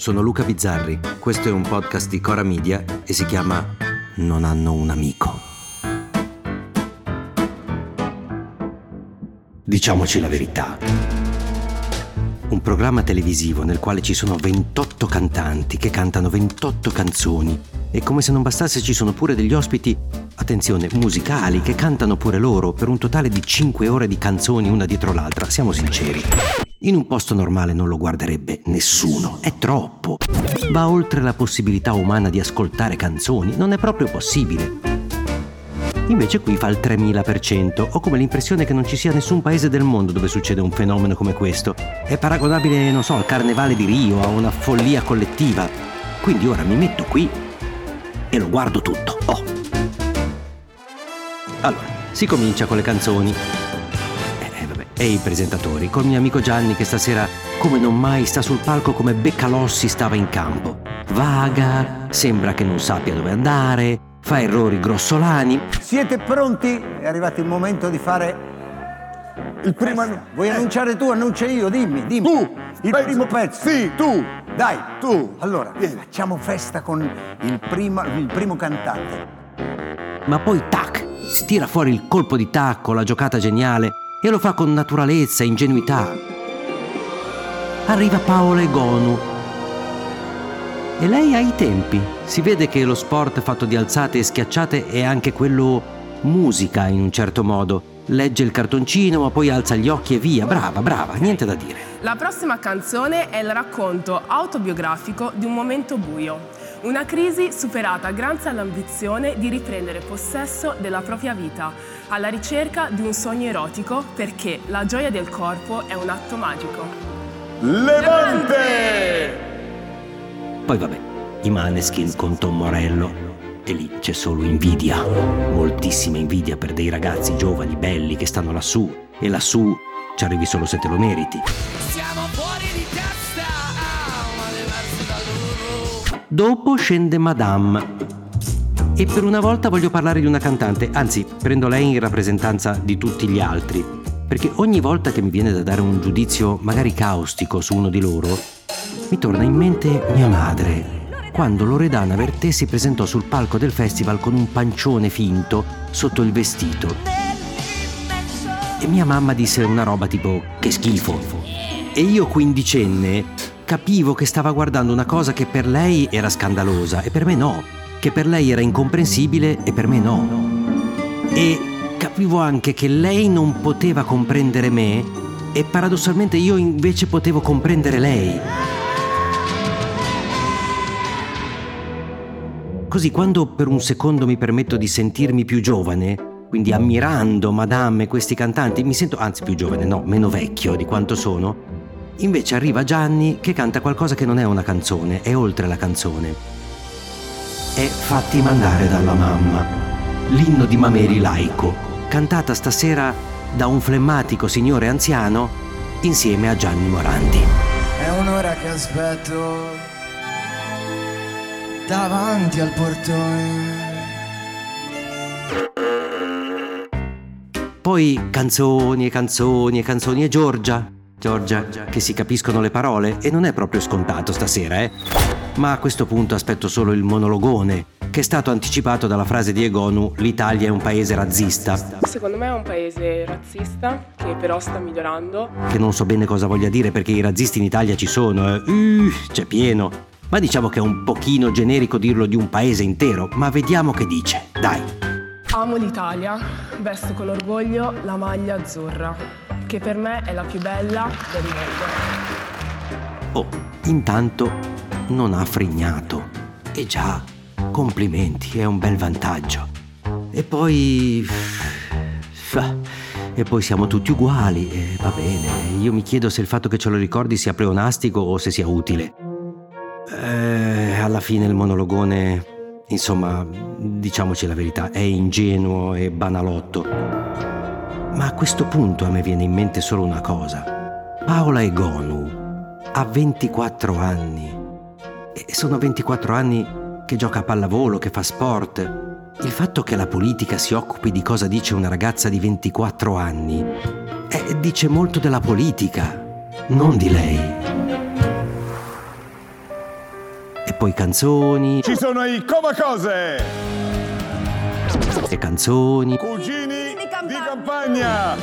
sono Luca Bizzarri, questo è un podcast di Cora Media e si chiama Non hanno un amico. Diciamoci la verità. Un programma televisivo nel quale ci sono 28 cantanti che cantano 28 canzoni e come se non bastasse ci sono pure degli ospiti, attenzione, musicali che cantano pure loro per un totale di 5 ore di canzoni una dietro l'altra, siamo sinceri. In un posto normale non lo guarderebbe nessuno, è troppo. Va oltre la possibilità umana di ascoltare canzoni, non è proprio possibile. Invece qui fa il 3000%, ho come l'impressione che non ci sia nessun paese del mondo dove succede un fenomeno come questo. È paragonabile, non so, al Carnevale di Rio, a una follia collettiva. Quindi ora mi metto qui e lo guardo tutto. Allora, si comincia con le canzoni. E i presentatori, col mio amico Gianni che stasera, come non mai, sta sul palco come Beccalossi stava in campo. Vaga, sembra che non sappia dove andare, fa errori grossolani. Siete pronti? È arrivato il momento di fare il primo... Vuoi annunciare tu? Annuncia io, dimmi. Tu! Il primo pezzo. Sì, tu! Dai, tu! Allora, facciamo festa con il primo cantante. Ma poi, tac, tira fuori il colpo di tacco, la giocata geniale, e lo fa con naturalezza e ingenuità. Arriva Paola Egonu. E lei ha i tempi. Si vede che lo sport fatto di alzate e schiacciate è anche quello musica in un certo modo. Legge il cartoncino ma poi alza gli occhi e via. Brava, niente da dire. La prossima canzone è il racconto autobiografico di un momento buio. Una crisi superata grazie all'ambizione di riprendere possesso della propria vita, alla ricerca di un sogno erotico perché la gioia del corpo è un atto magico. Levante! Poi vabbè, i Maneskin con Tom Morello. E lì c'è solo invidia, moltissima invidia per dei ragazzi giovani, belli, che stanno lassù. E lassù ci arrivi solo se te lo meriti. Siamo fuori di testa, ma diversi da loro. Dopo scende Madame. E per una volta voglio parlare di una cantante, anzi, prendo lei in rappresentanza di tutti gli altri. Perché ogni volta che mi viene da dare un giudizio magari caustico su uno di loro, mi torna in mente mia madre, quando Loredana Bertè si presentò sul palco del festival con un pancione finto sotto il vestito. E mia mamma disse una roba tipo «che schifo». E io, quindicenne, capivo che stava guardando una cosa che per lei era scandalosa e per me no, che per lei era incomprensibile e per me no. E capivo anche che lei non poteva comprendere me e paradossalmente io invece potevo comprendere lei. Così quando per un secondo mi permetto di sentirmi più giovane, quindi ammirando Madame e questi cantanti, mi sento, anzi più giovane, no, meno vecchio di quanto sono, invece arriva Gianni che canta qualcosa che non è una canzone, è oltre la canzone. È Fatti mandare dalla mamma, l'inno di Mameli laico, cantata stasera da un flemmatico signore anziano insieme a Gianni Morandi. È un'ora che aspetto davanti al portone. Poi canzoni e Giorgia che si capiscono le parole e non è proprio scontato stasera, Ma a questo punto aspetto solo il monologone che è stato anticipato dalla frase di Egonu: l'Italia è un paese razzista. Secondo me è un paese razzista che però sta migliorando. Che non so bene cosa voglia dire perché i razzisti in Italia ci sono, c'è pieno. Ma diciamo che è un pochino generico dirlo di un paese intero, ma vediamo che dice, dai. Amo l'Italia, vesto con orgoglio la maglia azzurra, che per me è la più bella del mondo. Intanto non ha frignato. E già, complimenti, è un bel vantaggio. E poi siamo tutti uguali, e va bene. Io mi chiedo se il fatto che ce lo ricordi sia pleonastico o se sia utile. Alla fine il monologone, insomma, diciamoci la verità, è ingenuo e banalotto. Ma a questo punto a me viene in mente solo una cosa. Paola Egonu ha 24 anni. E sono 24 anni che gioca a pallavolo, che fa sport. Il fatto che la politica si occupi di cosa dice una ragazza di 24 anni dice molto della politica, non di lei. poi canzoni. Ci sono i Comacose, E canzoni. cugini di campagna.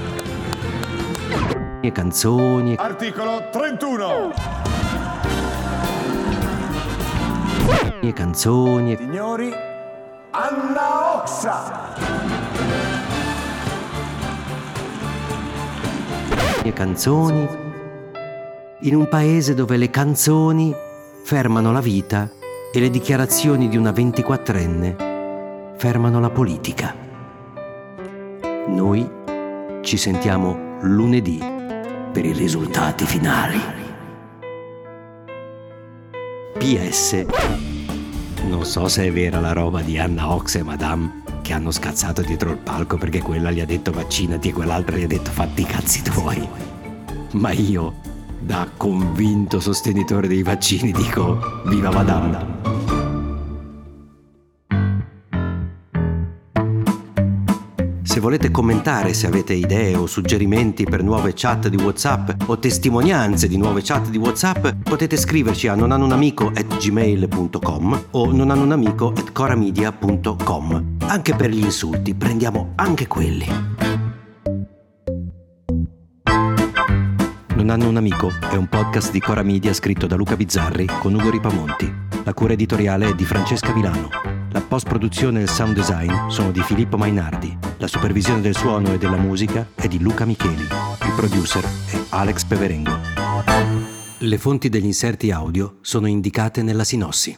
E canzoni. Articolo 31. E canzoni. Signori, Anna Oxa. E canzoni. In un paese dove le canzoni fermano la vita e le dichiarazioni di una 24enne fermano la politica. Noi ci sentiamo lunedì per i risultati finali. PS. Non so se è vera la roba di Anna Oxa e Madame che hanno scazzato dietro il palco perché quella gli ha detto vaccinati e quell'altra gli ha detto fatti i cazzi tuoi. Ma io, da convinto sostenitore dei vaccini, dico viva Madame. Se volete commentare, se avete idee o suggerimenti per nuove chat di WhatsApp o testimonianze di nuove chat di WhatsApp, potete scriverci a nonhannounamico@gmail.com o nonhannounamico@coramedia.com. Anche per gli insulti, prendiamo anche quelli. Non hanno un amico è un podcast di Cora Media scritto da Luca Bizzarri con Ugo Ripamonti. La cura editoriale è di Francesca Milano. La post-produzione e il sound design sono di Filippo Mainardi. La supervisione del suono e della musica è di Luca Micheli. Il producer è Alex Peverengo. Le fonti degli inserti audio sono indicate nella sinossi.